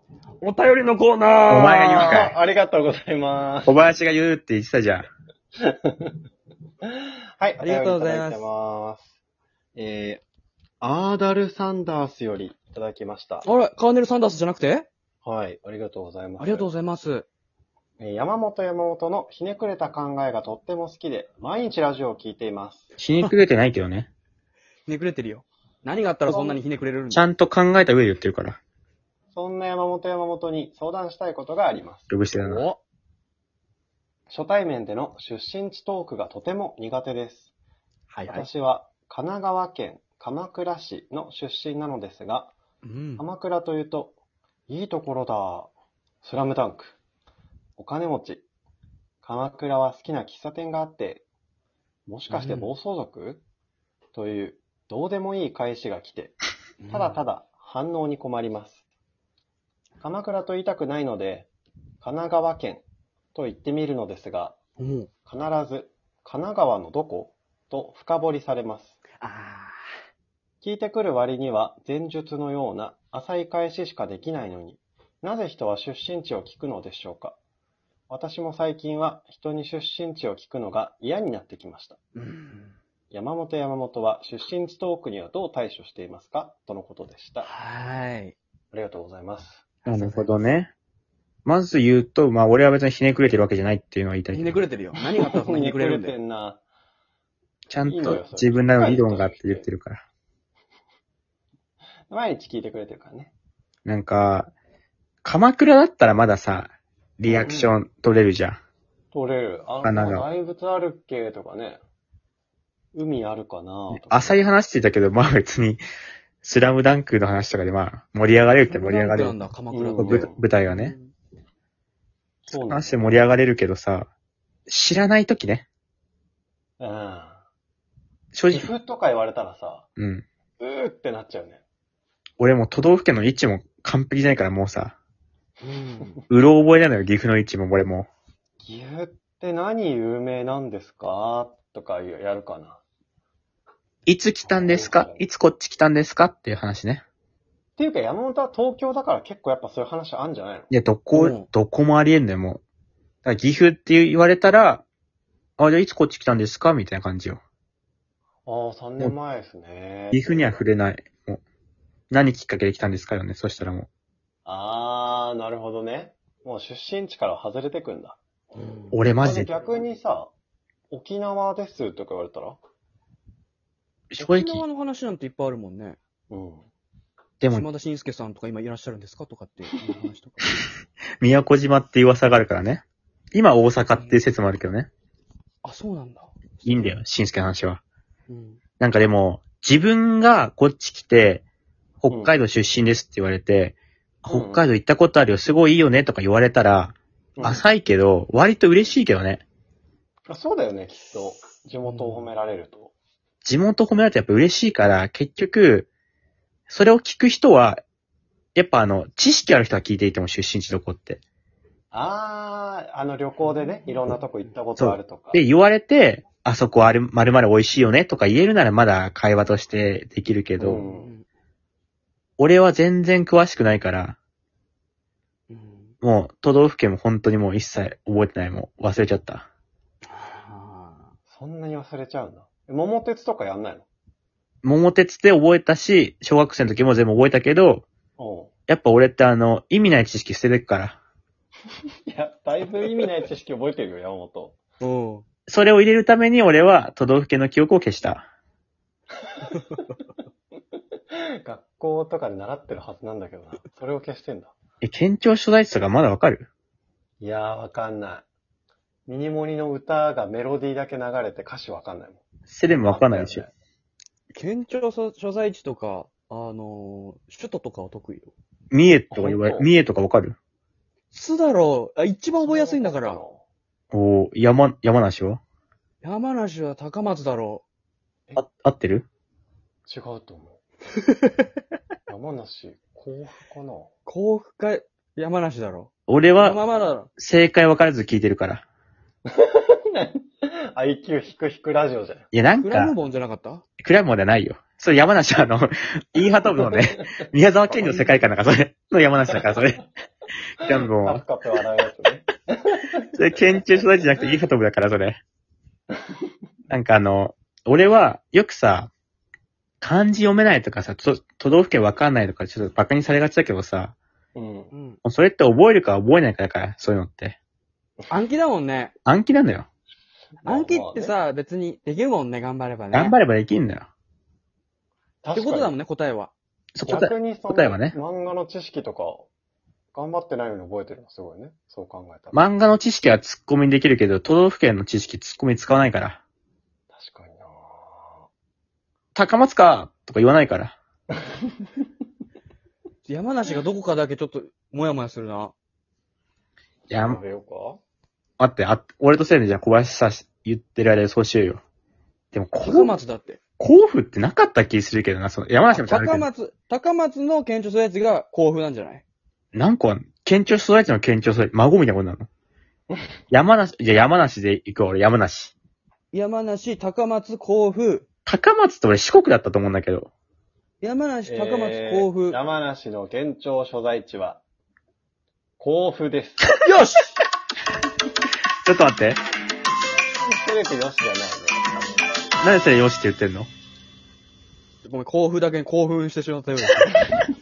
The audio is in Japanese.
お便りのコーナー。 お前が言うかい。 ありがとうございます。 小林が言うって言ってたじゃん。 はい、 ありがとうございますお便りただいてます。アーダル・サンダースよりいただきました。 あれ、カーネル・サンダースじゃなくて？ はい、ありがとうございます。 ありがとうございます。 山本のひねくれた考えがとっても好きで、毎日ラジオを聞いています。 ひねくれてないけどね。 ひねくれてるよ。何があったらそんなにひねくれるんだ？ ちゃんと考えた上で言ってるから。 そんな山本に相談したいことがあります。 呼ぶしてだな。 お、 初対面での出身地トークがとても苦手です。 はいはい。 私は神奈川県鎌倉市の出身なのですが、 うん。 鎌倉というと、いいところだ。スラムダンク。お金持ち。鎌倉は好きな喫茶店があって、もしかして暴走族、という、どうでもいい返しが来て、ただただ反応に困ります。鎌倉と言いたくないので、神奈川県と言ってみるのですが、 うん。 必ず、神奈川のどこと深掘りされます。 あ聞いてくる割には前述のような浅い返ししかできないのに、なぜ人は出身地を聞くのでしょうか。私も最近は人に出身地を聞くのが嫌になってきました。 ー。うん。 山本は出身地トークにはどう対処していますかとのことでした。 はい。 ありがとうございます。 なるほどね。まず言うと、まあ俺は別にひねくれてるわけじゃないっていうのは言いたいけひど。 ねくれてるよ。何があったらそんなひねくれるんだよ。 んな。 ちゃんといいのよそれ自分なりの理論があって言ってるから。 毎日聞いてくれてるからね。 なんか、鎌倉だったらまださ、リアクション取れるじゃん。 取れる。 神奈川大仏あるっけとかね。海あるかなとか。 浅い話してたけど、まあ別に、スラムダンクの話とかでまあ盛り上がれるって盛り上がれる。 なんだ、鎌倉うんって。 舞台がね。 そうなんだ話で盛り上がれるけどさ、知らないときね。 うん。 正直、 岐阜とか言われたらさ、 うん。 ってなっちゃうね。 俺も都道府県の位置も完璧じゃないからもうさ、 うん。 うろ覚えなのよ、岐阜の位置も俺も。 岐阜って何有名なんですかとかやるかな。 いつ来たんですか？いつこっち来たんですかっていう話ね。 っていうか山本は東京だから結構やっぱそういう話あるんじゃないの？ いや、どうんこもありえんだよ、もう。だから岐阜って言われたら、あ、じゃあいつこっち来たんですかみたいな感じよ。 ああ、3年前ですね。 岐阜には触れない。もう。何きっかけで来たんですかよね、そしたらもああ、なるほどね。もう出身地から外れてくんだ。 う。俺マジで、 逆にさ、沖縄ですとか言われたら正沖縄直、 の話なんていっぱいあるもんね。 うん。 でも、 島田紳介さんとか今いらっしゃるんですかとかっていう話とか。 宮古島っていう噂があるからね。今大阪っていう説もあるけどね。 あ、そうなんだ。 いいんだよ、しんすけの話は。 うん。 なんかでも、自分がこっち来て、北海道出身ですって言われて、 うん北海道行ったことあるよ、すごいいいよねとか言われたら、浅いけど、割と嬉しいけどね。 あ、そうだよね、きっと。地元を褒められると。 地元褒められてやっぱ嬉しいから、結局、それを聞く人は、やっぱ知識ある人は聞いていても出身地どこって。 旅行でね、いろんなとこ行ったことあるとか。 で、言われて、あそこ〇〇美味しいよねとか言えるならまだ会話としてできるけど、 うん俺は全然詳しくないから、 うん。 もう都道府県も本当にもう一切覚えてない、もう忘れちゃった。 あそんなに忘れちゃうんだ。桃鉄とかやんないの？ 桃鉄で覚えたし、小学生の時も全部覚えたけど、 おう。 やっぱ俺って意味ない知識捨ててくから。 いや、だいぶ意味ない知識覚えてるよ、山本。 ーおう。 それを入れるために俺は都道府県の記憶を消した。 学校とかで習ってるはずなんだけどな。それを消してんだ。 県庁所在地とかまだわかる？ いやー、わかんない。ミニモニの歌がメロディーだけ流れて歌詞わかんないもん。 セレもわかんないでしょ。 県庁所在地とか、首都とかは得意よ。 三重とか言われ、 本当三重とかわかる？ つだろう。一番覚えやすいんだから。 山梨は山梨は高松だろ合ってる？ 違うと思う。山梨、甲府かな？ う。甲府か山梨だろ俺う。まはまだろ。 正解分からず聞いてるから。 IQ 低くラジオじゃん。 いや、なんか、 クラムボンじゃなかったクラムではないよ。それ山梨はインハト部のね、宮沢賢治の世界観だから、それの山梨だから、それ。 ジャンボカプカプ笑うやつね。 それ県庁所在地じゃなくてイーハトブだから、それ。なんか俺はよくさ、漢字読めないとかさ、都道府県わかんないとかちょっとバカにされがちだけどさ、 うん。 うん。 もうそれって覚えるか覚えないかだから、そういうのって。 暗記だもんね。 暗記なんだよ。 暗記ってさ、別にできるもんね、頑張ればね。 頑張ればできんだよ。 ってことだもんね、答えは。 逆にその答えはね。 漫画の知識とか、頑張ってないのに覚えてるのすごいね。そう考えたら。 漫画の知識はツッコミできるけど、都道府県の知識ツッコミ使わないから。 確かにな高松かとか言わないから。 山梨がどこかだけちょっと、もやもやするな。 いや、 食べようか待って、俺とせいでじゃあ小林さ、言ってる間でそうしようよ。でも、 高松だって。 甲府ってなかった気するけどな、その、山梨もちゃんとあるけど高松の県庁所在地が甲府なんじゃない？ 何個あんの？県庁所在地の県庁所在地、孫みたいなことなの？山梨で行くわ、俺、山梨。 山梨、高松、甲府。 高松って俺四国だったと思うんだけど。 山梨、高松、甲府。 山梨の県庁所在地は、甲府です。 よしちょっと待って。 せめてよしじゃないね。 なんでそれよしって言ってんの？ ごめん、甲府だけに興奮してしまったようだ。